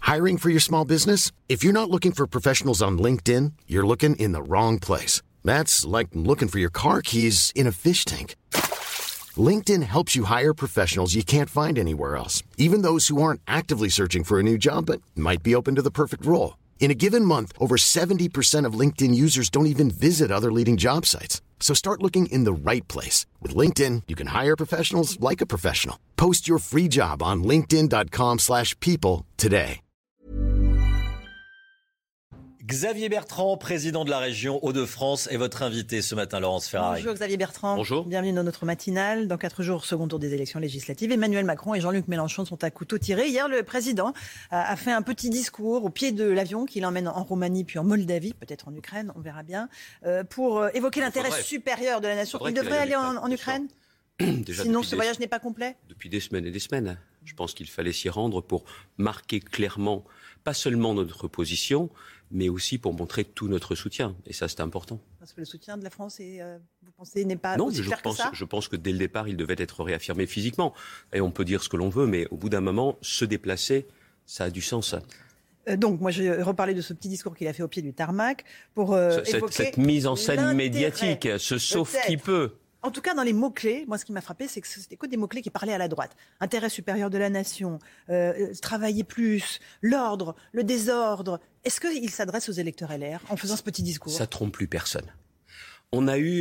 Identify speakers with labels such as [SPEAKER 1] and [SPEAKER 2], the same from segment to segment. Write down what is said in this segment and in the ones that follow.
[SPEAKER 1] Hiring for your small business? If you're not looking for professionals on LinkedIn, you're looking in the wrong place. That's like looking for your car keys in a fish tank. LinkedIn helps you hire professionals you can't find anywhere else, even those who aren't actively searching for a new job but might be open to the perfect role. In a given month, over 70% of LinkedIn users don't even visit other leading job sites. So start looking in the right place. With LinkedIn, you can hire professionals like a professional. Post your free job on linkedin.com/people today.
[SPEAKER 2] Xavier Bertrand, président de la région Hauts-de-France, est votre invité ce matin, Laurence Ferrari.
[SPEAKER 3] Bonjour Xavier Bertrand.
[SPEAKER 2] Bonjour.
[SPEAKER 3] Bienvenue dans notre matinale. Dans 4 jours, second tour des élections législatives. Emmanuel Macron et Jean-Luc Mélenchon sont à couteau tiré. Hier, le président a fait un petit discours au pied de l'avion qui l'emmène en Roumanie puis en Moldavie, peut-être en Ukraine, on verra bien, pour évoquer l'intérêt supérieur de la nation. Il devrait aller en Ukraine ? Sinon, ce voyage n'est pas complet ?
[SPEAKER 4] Depuis des semaines et des semaines. Je pense qu'il fallait s'y rendre pour marquer clairement, pas seulement notre position, mais aussi pour montrer tout notre soutien. Et ça, c'est important.
[SPEAKER 3] Parce que le soutien de la France, vous pensez, n'est pas aussi clair que ça ?
[SPEAKER 4] Non, je pense que dès le départ, il devait être réaffirmé physiquement. Et on peut dire ce que l'on veut, mais au bout d'un moment, se déplacer, ça a du sens.
[SPEAKER 3] Donc, moi, je vais reparler de ce petit discours qu'il a fait au pied du tarmac pour évoquer
[SPEAKER 4] cette mise en scène médiatique, ce sauf qui peut.
[SPEAKER 3] En tout cas, dans les mots-clés, moi, ce qui m'a frappé, c'est que c'était que des mots-clés qui parlaient à la droite. Intérêt supérieur de la nation, travailler plus, l'ordre, le désordre. Est-ce qu'il s'adresse aux électeurs LR en faisant ce petit discours ?
[SPEAKER 4] Ça trompe plus personne. On a eu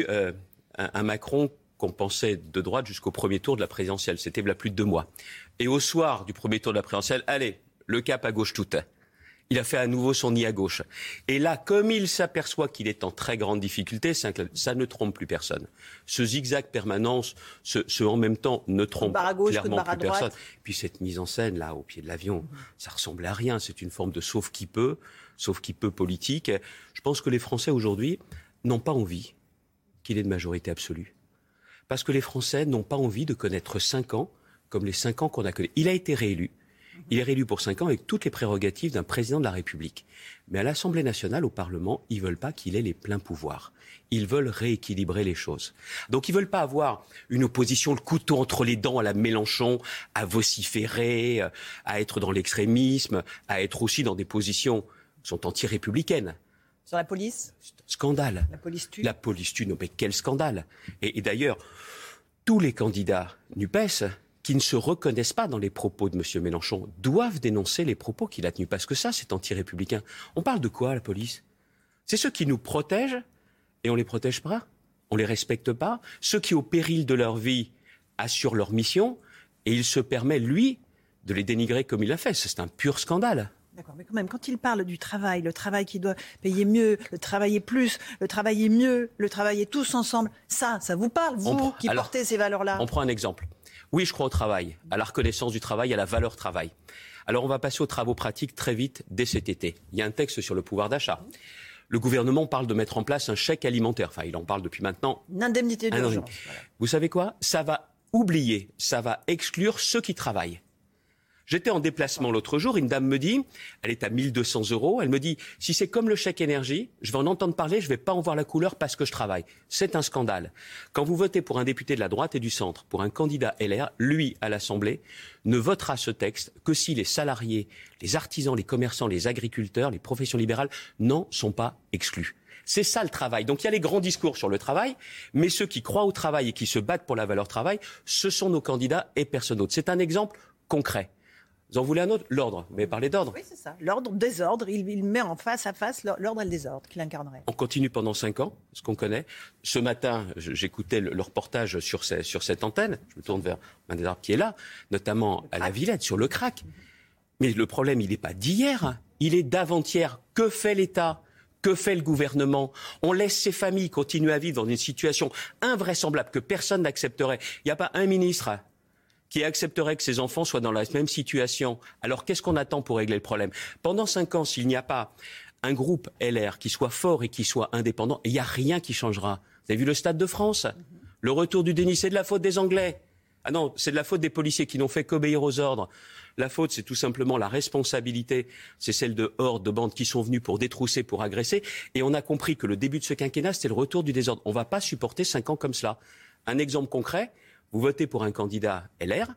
[SPEAKER 4] un Macron qu'on pensait de droite jusqu'au premier tour de la présidentielle. C'était il y a plus de 2 mois. Et au soir du premier tour de la présidentielle, allez, le cap à gauche toute. Il a fait à nouveau son nid à gauche. Et là, comme il s'aperçoit qu'il est en très grande difficulté, ça ne trompe plus personne. Ce zigzag permanent, ce en même temps ne trompe clairement plus personne. Puis cette mise en scène, là, au pied de l'avion, ça ressemblait à rien. C'est une forme de sauf qui peut politique. Je pense que les Français aujourd'hui n'ont pas envie qu'il ait de majorité absolue. Parce que les Français n'ont pas envie de connaître 5 ans comme les 5 ans qu'on a connus. Il a été réélu. Il est réélu pour 5 ans avec toutes les prérogatives d'un président de la République. Mais à l'Assemblée nationale, au Parlement, ils ne veulent pas qu'il ait les pleins pouvoirs. Ils veulent rééquilibrer les choses. Donc ils ne veulent pas avoir une opposition, le couteau entre les dents à la Mélenchon, à vociférer, à être dans l'extrémisme, à être aussi dans des positions qui sont anti-républicaines.
[SPEAKER 3] Sur la police ?
[SPEAKER 4] Scandale.
[SPEAKER 3] La police tue.
[SPEAKER 4] La police tue, non mais quel scandale. Et d'ailleurs, tous les candidats NUPES qui ne se reconnaissent pas dans les propos de M. Mélenchon doivent dénoncer les propos qu'il a tenus. Parce que ça, c'est anti-républicain. On parle de quoi, la police ? C'est ceux qui nous protègent et on ne les protège pas. On ne les respecte pas. Ceux qui, au péril de leur vie, assurent leur mission et il se permet, lui, de les dénigrer comme il l'a fait. C'est un pur scandale.
[SPEAKER 3] D'accord, mais quand même, quand il parle du travail, le travail qui doit payer mieux, le travailler plus, le travailler mieux, le travailler tous ensemble, ça vous parle, vous qui portez ces valeurs-là ?
[SPEAKER 4] On prend un exemple. Oui, je crois au travail, à la reconnaissance du travail, à la valeur travail. Alors on va passer aux travaux pratiques très vite dès cet été. Il y a un texte sur le pouvoir d'achat. Le gouvernement parle de mettre en place un chèque alimentaire. Enfin, il en parle depuis maintenant.
[SPEAKER 3] Une indemnité d'urgence.
[SPEAKER 4] Voilà. Vous savez quoi ? Ça va oublier, ça va exclure ceux qui travaillent. J'étais en déplacement l'autre jour, une dame me dit, elle est à 1 200 €, elle me dit, si c'est comme le chèque énergie, je vais en entendre parler, je ne vais pas en voir la couleur parce que je travaille. C'est un scandale. Quand vous votez pour un député de la droite et du centre, pour un candidat LR, lui, à l'Assemblée, ne votera ce texte que si les salariés, les artisans, les commerçants, les agriculteurs, les professions libérales n'en sont pas exclus. C'est ça le travail. Donc il y a les grands discours sur le travail, mais ceux qui croient au travail et qui se battent pour la valeur travail, ce sont nos candidats et personne d'autre. C'est un exemple concret. Vous en voulez un autre ? L'ordre. Vous m'avez parlé d'ordre.
[SPEAKER 3] Oui, c'est ça. L'ordre, désordre. Il met en face à face l'ordre et le désordre qu'il incarnerait.
[SPEAKER 4] On continue pendant 5 ans, ce qu'on connaît. Ce matin, j'écoutais le reportage sur cette antenne. Je me tourne vers un des arbres qui est là, notamment à la Villette, sur le crack. Mais le problème, il n'est pas d'hier. Il est d'avant-hier. Que fait l'État ? Que fait le gouvernement ? On laisse ces familles continuer à vivre dans une situation invraisemblable que personne n'accepterait. Il n'y a pas un ministre qui accepterait que ses enfants soient dans la même situation. Alors qu'est-ce qu'on attend pour régler le problème ? Pendant 5 ans, s'il n'y a pas un groupe LR qui soit fort et qui soit indépendant, il n'y a rien qui changera. Vous avez vu le Stade de France ? Le retour du déni, c'est de la faute des Anglais. Ah non, c'est de la faute des policiers qui n'ont fait qu'obéir aux ordres. La faute, c'est tout simplement la responsabilité. C'est celle de hordes, de bandes qui sont venues pour détrousser, pour agresser. Et on a compris que le début de ce quinquennat, c'était le retour du désordre. On ne va pas supporter 5 ans comme cela. Un exemple concret, vous votez pour un candidat LR,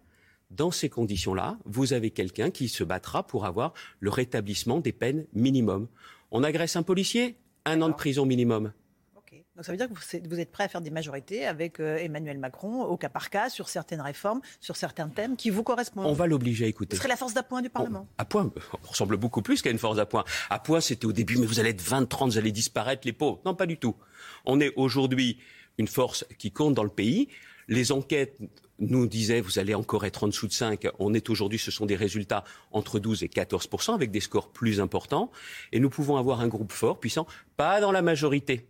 [SPEAKER 4] Dans ces conditions-là, vous avez quelqu'un qui se battra pour avoir le rétablissement des peines minimum. On agresse un policier, 1 an de prison minimum.
[SPEAKER 3] Okay. Donc ça veut dire que vous êtes prêt à faire des majorités avec Emmanuel Macron, au cas par cas, sur certaines réformes, sur certains thèmes qui vous correspondent.
[SPEAKER 4] On va l'obliger à écouter.
[SPEAKER 3] Ce serait la force d'appoint du Parlement.
[SPEAKER 4] À point, on ressemble beaucoup plus qu'à une force d'appoint. À point, c'était au début, mais vous allez être 20, 30, vous allez disparaître, les pauvres. Non, pas du tout. On est aujourd'hui une force qui compte dans le pays. Les enquêtes nous disaient, vous allez encore être en dessous de 5. On est aujourd'hui, ce sont des résultats entre 12 et 14%, avec des scores plus importants. Et nous pouvons avoir un groupe fort, puissant, pas dans la majorité,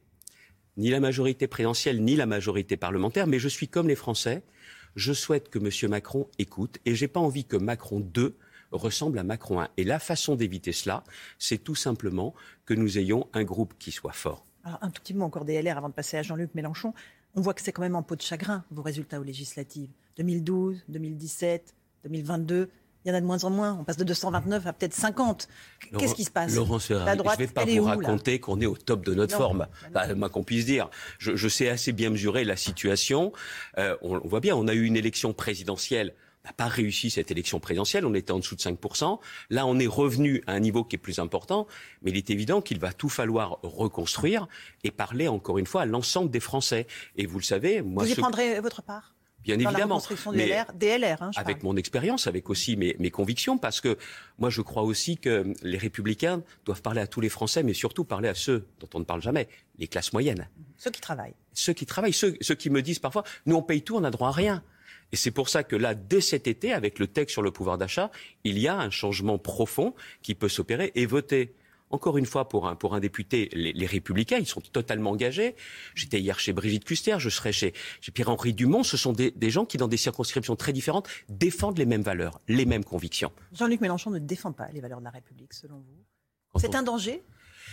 [SPEAKER 4] ni la majorité présidentielle, ni la majorité parlementaire, mais je suis comme les Français. Je souhaite que M. Macron écoute, et j'ai pas envie que Macron 2 ressemble à Macron 1. Et la façon d'éviter cela, c'est tout simplement que nous ayons un groupe qui soit fort.
[SPEAKER 3] Alors, un tout petit mot encore des LR avant de passer à Jean-Luc Mélenchon. On voit que c'est quand même en peau de chagrin, vos résultats aux législatives. 2012, 2017, 2022, il y en a de moins en moins. On passe de 229 à peut-être 50. Qu'est-ce qui se passe?
[SPEAKER 4] Laurence Ferrari, je ne vais pas vous raconter qu'on est au top de notre forme. Moi qu'on puisse dire. Je sais assez bien mesurer la situation. On voit bien, on a eu une élection présidentielle. On n'a pas réussi cette élection présidentielle, on était en dessous de 5%. Là, on est revenu à un niveau qui est plus important, mais il est évident qu'il va tout falloir reconstruire et parler, encore une fois, à l'ensemble des Français. Et vous le savez... Moi,
[SPEAKER 3] vous y prendrez votre part?
[SPEAKER 4] Bien
[SPEAKER 3] dans
[SPEAKER 4] évidemment,
[SPEAKER 3] la reconstruction des LR, hein,
[SPEAKER 4] avec mon expérience, avec aussi mes convictions, parce que moi je crois aussi que les Républicains doivent parler à tous les Français, mais surtout parler à ceux dont on ne parle jamais, les classes moyennes.
[SPEAKER 3] Ceux qui travaillent.
[SPEAKER 4] Ceux qui travaillent, ceux qui me disent parfois, nous on paye tout, on n'a droit à rien. Et c'est pour ça que là, dès cet été, avec le texte sur le pouvoir d'achat, il y a un changement profond qui peut s'opérer et voter. Encore une fois, pour un député, les Républicains, ils sont totalement engagés. J'étais hier chez Brigitte Kuster, je serai chez Pierre-Henri Dumont. Ce sont des gens qui, dans des circonscriptions très différentes, défendent les mêmes valeurs, les mêmes convictions.
[SPEAKER 3] Jean-Luc Mélenchon ne défend pas les valeurs de la République, selon vous? C'est un danger?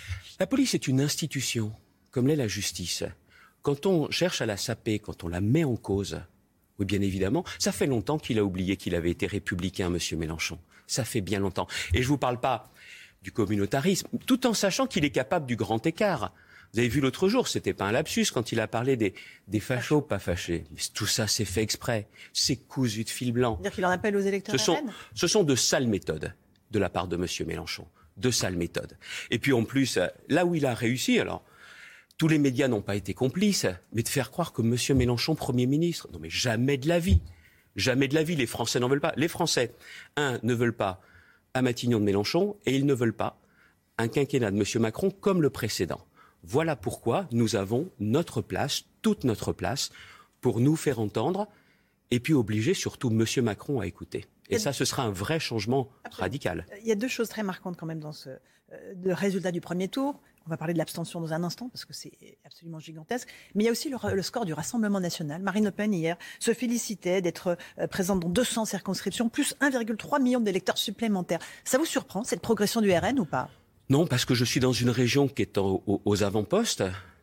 [SPEAKER 4] La police est une institution, comme l'est la justice. Quand on cherche à la saper, quand on la met en cause, oui, bien évidemment, ça fait longtemps qu'il a oublié qu'il avait été républicain, M. Mélenchon. Ça fait bien longtemps. Et je vous parle pas du communautarisme, tout en sachant qu'il est capable du grand écart. Vous avez vu l'autre jour, c'était pas un lapsus quand il a parlé des fachos pas fâchés. Mais tout ça, c'est fait exprès. C'est cousu de fil blanc.
[SPEAKER 3] C'est-à-dire qu'il en appelle aux électeurs RN ?
[SPEAKER 4] Ce sont de sales méthodes de la part de M. Mélenchon. De sales méthodes. Et puis en plus, là où il a réussi, alors, tous les médias n'ont pas été complices, mais de faire croire que M. Mélenchon, Premier ministre, non mais jamais de la vie. Jamais de la vie, les Français n'en veulent pas. Les Français, ne veulent pas à Matignon de Mélenchon, et ils ne veulent pas un quinquennat de M. Macron comme le précédent. Voilà pourquoi nous avons notre place, toute notre place, pour nous faire entendre, et puis obliger surtout M. Macron à écouter. Et ça, ce sera un vrai changement radical.
[SPEAKER 3] Il y a deux choses très marquantes quand même dans ce résultat du premier tour. On va parler de l'abstention dans un instant, parce que c'est absolument gigantesque. Mais il y a aussi le score du Rassemblement national. Marine Le Pen, hier, se félicitait d'être présente dans 200 circonscriptions, plus 1,3 million d'électeurs supplémentaires. Ça vous surprend, cette progression du RN, ou pas?
[SPEAKER 4] Non, parce que je suis dans une région qui est aux avant-postes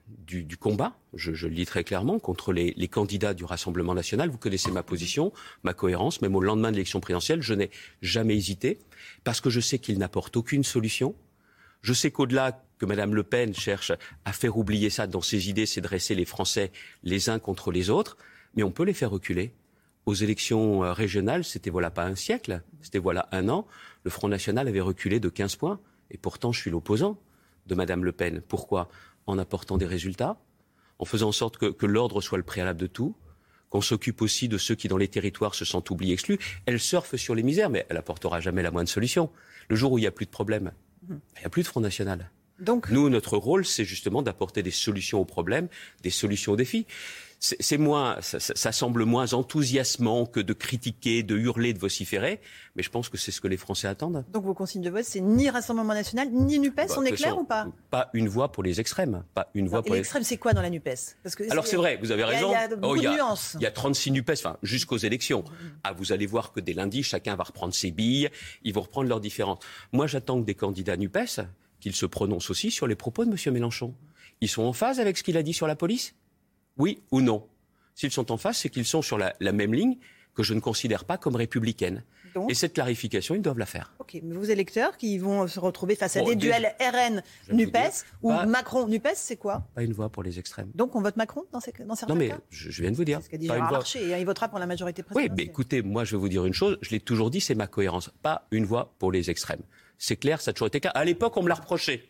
[SPEAKER 4] du combat, je le dis très clairement, contre les candidats du Rassemblement national. Vous connaissez ma position, ma cohérence. Même au lendemain de l'élection présidentielle, je n'ai jamais hésité, parce que je sais qu'ils n'apportent aucune solution. Je sais qu'au-delà que Mme Le Pen cherche à faire oublier ça dans ses idées, c'est dresser les Français les uns contre les autres, mais on peut les faire reculer. Aux élections régionales, c'était voilà pas un siècle, c'était voilà 1 an, le Front National avait reculé de 15 points, et pourtant je suis l'opposant de Mme Le Pen. Pourquoi? En apportant des résultats, en faisant en sorte que l'ordre soit le préalable de tout, qu'on s'occupe aussi de ceux qui dans les territoires se sentent oubliés, exclus. Elle surfe sur les misères, mais elle apportera jamais la moindre solution. Le jour où il n'y a plus de problème, il n'y a plus de Front National. Donc, nous, notre rôle, c'est justement d'apporter des solutions aux problèmes, des solutions aux défis. C'est moins, ça semble moins enthousiasmant que de critiquer, de hurler, de vociférer, mais je pense que c'est ce que les Français attendent.
[SPEAKER 3] Donc vos consignes de vote, c'est ni Rassemblement national, ni NUPES, on est clair ou pas?
[SPEAKER 4] Pas une voix pour les extrêmes. Pas une voix pour les
[SPEAKER 3] extrêmes, c'est quoi dans la NUPES? Parce que
[SPEAKER 4] alors c'est vrai, vous avez raison.
[SPEAKER 3] Il y a beaucoup de nuances.
[SPEAKER 4] Il y a 36 NUPES, enfin, jusqu'aux élections. Vous allez voir que dès lundi, chacun va reprendre ses billes, ils vont reprendre leurs différences. Moi, j'attends que des candidats NUPES, qu'ils se prononcent aussi sur les propos de M. Mélenchon. Ils sont en phase avec ce qu'il a dit sur la police? Oui ou non? S'ils sont en phase, c'est qu'ils sont sur la même ligne que je ne considère pas comme républicaine.
[SPEAKER 3] Donc,
[SPEAKER 4] et cette clarification, ils doivent la faire.
[SPEAKER 3] Ok, mais vos électeurs qui vont se retrouver face à des duels RN-NUPES ou Macron-NUPES, c'est quoi?
[SPEAKER 4] Pas une voix pour les extrêmes.
[SPEAKER 3] Donc on vote Macron dans certains cas?
[SPEAKER 4] Non, mais je viens de vous dire.
[SPEAKER 3] C'est ce qu'a dit Gérard Larcher, il votera pour la majorité présidentielle.
[SPEAKER 4] Oui, mais écoutez, moi je vais vous dire une chose, je l'ai toujours dit, c'est ma cohérence. Pas une voix pour les extrêmes. C'est clair, ça a toujours été clair. À l'époque, on me l'a reproché.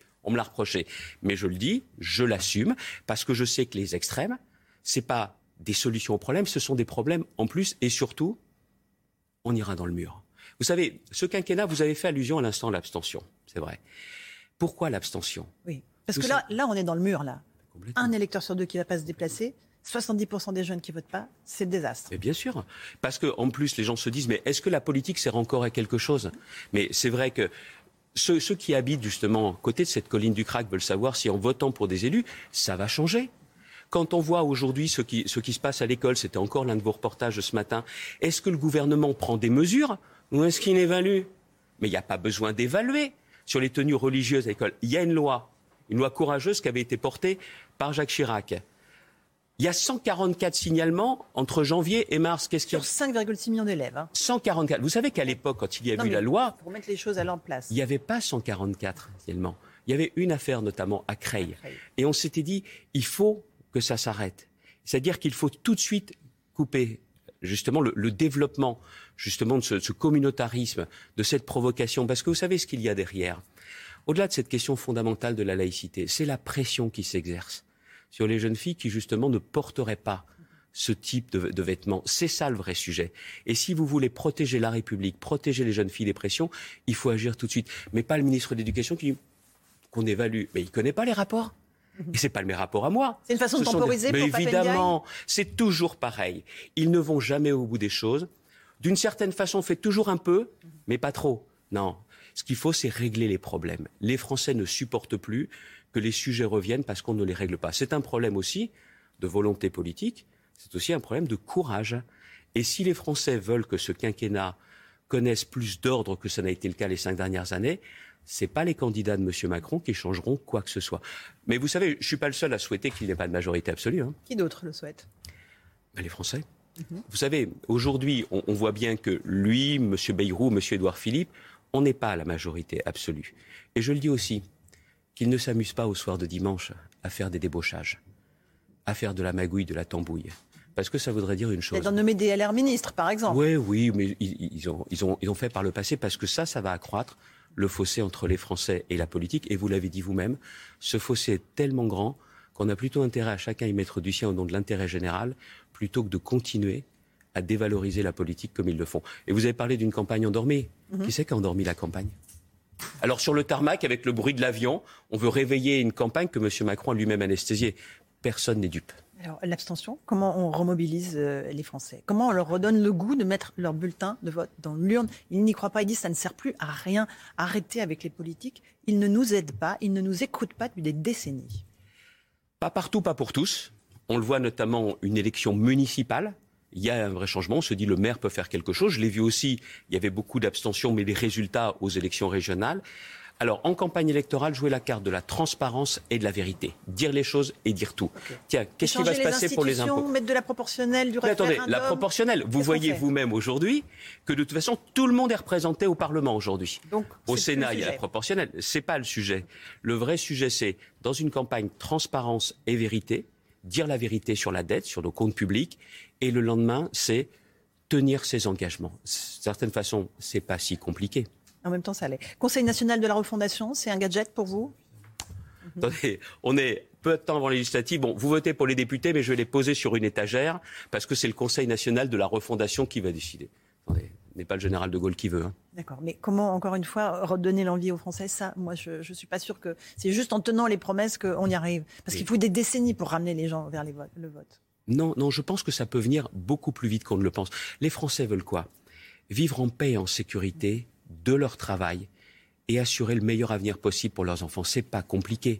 [SPEAKER 4] Mais je le dis, je l'assume, parce que je sais que les extrêmes, c'est pas des solutions aux problèmes, ce sont des problèmes en plus, et surtout, on ira dans le mur. Vous savez, ce quinquennat, vous avez fait allusion à l'instant à l'abstention, c'est vrai. Pourquoi l'abstention?
[SPEAKER 3] Oui, parce que là, on est dans le mur, là. Un électeur sur deux qui ne va pas se déplacer, 70% des jeunes qui ne votent pas, c'est le désastre.
[SPEAKER 4] Mais bien sûr, parce qu'en plus, les gens se disent, mais est-ce que la politique sert encore à quelque chose? Mais c'est vrai que ceux qui habitent justement à côté de cette colline du Crac veulent savoir si en votant pour des élus, ça va changer. Quand on voit aujourd'hui ce qui se passe à l'école, c'était encore l'un de vos reportages ce matin, est-ce que le gouvernement prend des mesures ou est-ce qu'il évalue? Mais il n'y a pas besoin d'évaluer sur les tenues religieuses à l'école. Il y a une loi courageuse qui avait été portée par Jacques Chirac. Il y a 144 signalements entre janvier et mars.
[SPEAKER 3] Sur 5,6 millions d'élèves.
[SPEAKER 4] 144. Vous savez qu'à l'époque, quand il y a eu la loi...
[SPEAKER 3] Pour mettre les choses à leur place.
[SPEAKER 4] Il n'y avait pas 144 signalements. Il y avait une affaire notamment à Creil. Et on s'était dit, il faut que ça s'arrête. C'est-à-dire qu'il faut tout de suite couper justement le développement justement de ce communautarisme, de cette provocation. Parce que vous savez ce qu'il y a derrière. Au-delà de cette question fondamentale de la laïcité, c'est la pression qui s'exerce sur les jeunes filles qui, justement, ne porteraient pas ce type de vêtements. C'est ça le vrai sujet. Et si vous voulez protéger la République, protéger les jeunes filles des pressions, il faut agir tout de suite. Mais pas le ministre de l'Éducation qu'on évalue. Mais il ne connaît pas les rapports. Et ce n'est pas mes rapports à moi.
[SPEAKER 3] C'est une façon de temporiser pour
[SPEAKER 4] Mais évidemment, c'est toujours pareil. Ils ne vont jamais au bout des choses. D'une certaine façon, on fait toujours un peu, mais pas trop. Non. Ce qu'il faut, c'est régler les problèmes. Les Français ne supportent plus que les sujets reviennent parce qu'on ne les règle pas. C'est un problème aussi de volonté politique, c'est aussi un problème de courage. Et si les Français veulent que ce quinquennat connaisse plus d'ordre que ça n'a été le cas les 5 dernières années, ce n'est pas les candidats de M. Macron qui changeront quoi que ce soit. Mais vous savez, je ne suis pas le seul à souhaiter qu'il n'y ait pas de majorité absolue.
[SPEAKER 3] Qui d'autre le souhaite?
[SPEAKER 4] Les Français. Vous savez, aujourd'hui, on voit bien que lui, M. Bayrou, M. Édouard Philippe, on n'est pas à la majorité absolue. Et je le dis aussi, qu'ils ne s'amusent pas au soir de dimanche à faire des débauchages, à faire de la magouille, de la tambouille. Parce que ça voudrait dire une chose.
[SPEAKER 3] D'en nommer des LR ministres, par exemple.
[SPEAKER 4] Oui, mais ils ont fait par le passé parce que ça va accroître le fossé entre les Français et la politique. Et vous l'avez dit vous-même, ce fossé est tellement grand qu'on a plutôt intérêt à chacun y mettre du sien au nom de l'intérêt général, plutôt que de continuer à dévaloriser la politique comme ils le font. Et vous avez parlé d'une campagne endormie. Qui c'est qui a endormi la campagne? Alors sur le tarmac, avec le bruit de l'avion, on veut réveiller une campagne que M. Macron a lui-même anesthésiée. Personne n'est dupe.
[SPEAKER 3] Alors l'abstention, comment on remobilise les Français? Comment on leur redonne le goût de mettre leur bulletin de vote dans l'urne? Ils n'y croient pas, ils disent ça ne sert plus à rien. Arrêtez avec les politiques. Ils ne nous aident pas, ils ne nous écoutent pas depuis des décennies.
[SPEAKER 4] Pas partout, pas pour tous. On le voit notamment une élection municipale. Il y a un vrai changement, on se dit le maire peut faire quelque chose. Je l'ai vu aussi, il y avait beaucoup d'abstention, mais les résultats aux élections régionales. Alors, en campagne électorale, jouer la carte de la transparence et de la vérité. Dire les choses et dire tout. Okay. Tiens, qu'est-ce qui va se passer pour les impôts?
[SPEAKER 3] Mettre de la proportionnelle, du référendum.
[SPEAKER 4] Attendez, la proportionnelle, vous voyez vous-même aujourd'hui que de toute façon, tout le monde est représenté au Parlement aujourd'hui. Donc, au Sénat, il y a la proportionnelle. C'est pas le sujet. Le vrai sujet, c'est, dans une campagne transparence et vérité, dire la vérité sur la dette, sur nos comptes publics, et le lendemain, c'est tenir ses engagements. De certaine façon, c'est pas si compliqué.
[SPEAKER 3] En même temps, ça l'est. Conseil national de la refondation, c'est un gadget pour vous?
[SPEAKER 4] Attendez, on est peu de temps avant les législatives. Bon, vous votez pour les députés, mais je vais les poser sur une étagère, parce que c'est le Conseil national de la refondation qui va décider. Attendez, ce n'est pas le général de Gaulle qui veut.
[SPEAKER 3] D'accord, mais comment, encore une fois, redonner l'envie aux Français? Ça, moi, je ne suis pas sûre que c'est juste en tenant les promesses qu'on y arrive. Parce qu'il faut des décennies pour ramener les gens vers le vote.
[SPEAKER 4] Non, je pense que ça peut venir beaucoup plus vite qu'on ne le pense. Les Français veulent quoi? Vivre en paix et en sécurité de leur travail et assurer le meilleur avenir possible pour leurs enfants. C'est pas compliqué.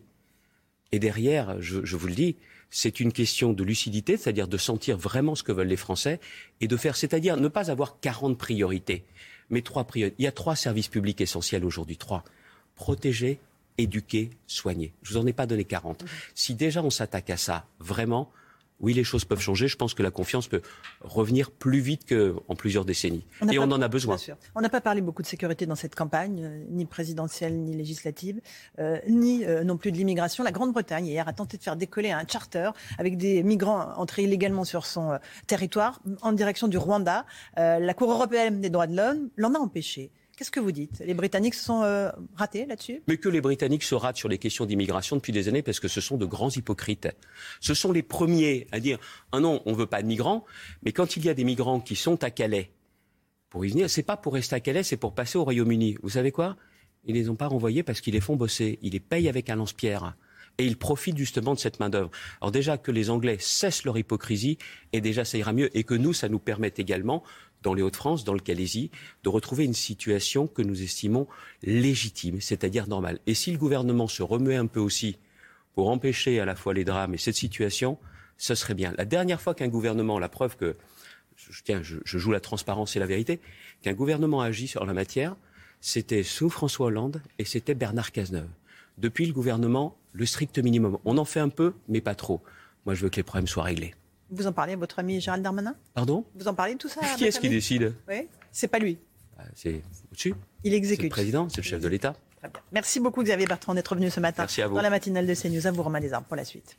[SPEAKER 4] Et derrière, je vous le dis, c'est une question de lucidité, c'est-à-dire de sentir vraiment ce que veulent les Français et de faire, c'est-à-dire ne pas avoir 40 priorités, mais 3 priorités. Il y a 3 services publics essentiels aujourd'hui, 3. Protéger, éduquer, soigner. Je vous en ai pas donné 40. Si déjà on s'attaque à ça, vraiment, oui, les choses peuvent changer. Je pense que la confiance peut revenir plus vite qu'en plusieurs décennies. On en a besoin.
[SPEAKER 3] On n'a pas parlé beaucoup de sécurité dans cette campagne, ni présidentielle, ni législative, ni non plus de l'immigration. La Grande-Bretagne, hier, a tenté de faire décoller un charter avec des migrants entrés illégalement sur son territoire, en direction du Rwanda. La Cour européenne des droits de l'homme l'en a empêché. Qu'est-ce que vous dites ? Les Britanniques se sont ratés là-dessus ?
[SPEAKER 4] Mais que les Britanniques se ratent sur les questions d'immigration depuis des années parce que ce sont de grands hypocrites. Ce sont les premiers à dire « Ah non, on ne veut pas de migrants », mais quand il y a des migrants qui sont à Calais pour y venir, c'est pas pour rester à Calais, c'est pour passer au Royaume-Uni. Vous savez quoi ? Ils les ont pas renvoyés parce qu'ils les font bosser. Ils les payent avec un lance-pierre. Et ils profitent justement de cette main-d'œuvre. Alors déjà que les Anglais cessent leur hypocrisie, et déjà ça ira mieux, et que nous, ça nous permette également dans les Hauts-de-France, dans le Calaisis, de retrouver une situation que nous estimons légitime, c'est-à-dire normale. Et si le gouvernement se remuait un peu aussi pour empêcher à la fois les drames et cette situation, ce serait bien. La dernière fois qu'un gouvernement, la preuve que, je joue la transparence et la vérité, qu'un gouvernement a agi sur la matière, c'était sous François Hollande et c'était Bernard Cazeneuve. Depuis le gouvernement, le strict minimum. On en fait un peu, mais pas trop. Moi, je veux que les problèmes soient réglés.
[SPEAKER 3] Vous en parlez à votre ami Gérald Darmanin ?
[SPEAKER 4] Pardon ?
[SPEAKER 3] Vous en parlez de tout ça ?
[SPEAKER 4] Qui est-ce qui décide ?
[SPEAKER 3] Oui, c'est pas lui.
[SPEAKER 4] C'est au-dessus.
[SPEAKER 3] Il exécute.
[SPEAKER 4] C'est le président, c'est le chef de l'État.
[SPEAKER 3] Très bien. Merci beaucoup Xavier Bertrand d'être venu ce matin
[SPEAKER 4] Merci à vous.
[SPEAKER 3] dans la matinale de CNews. À vous Romain Desarmes pour la suite.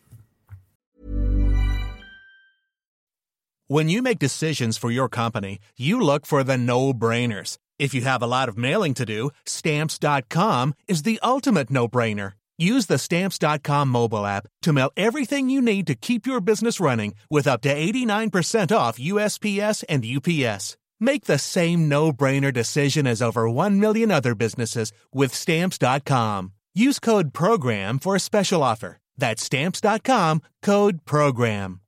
[SPEAKER 5] When you make decisions for your company, you look for the no-brainers. If you have a lot of mailing to do, Stamps.com is the ultimate no-brainer. Use the Stamps.com mobile app to mail everything you need to keep your business running with up to 89% off USPS and UPS. Make the same no-brainer decision as over 1 million other businesses with Stamps.com. Use code PROGRAM for a special offer. That's Stamps.com, code PROGRAM.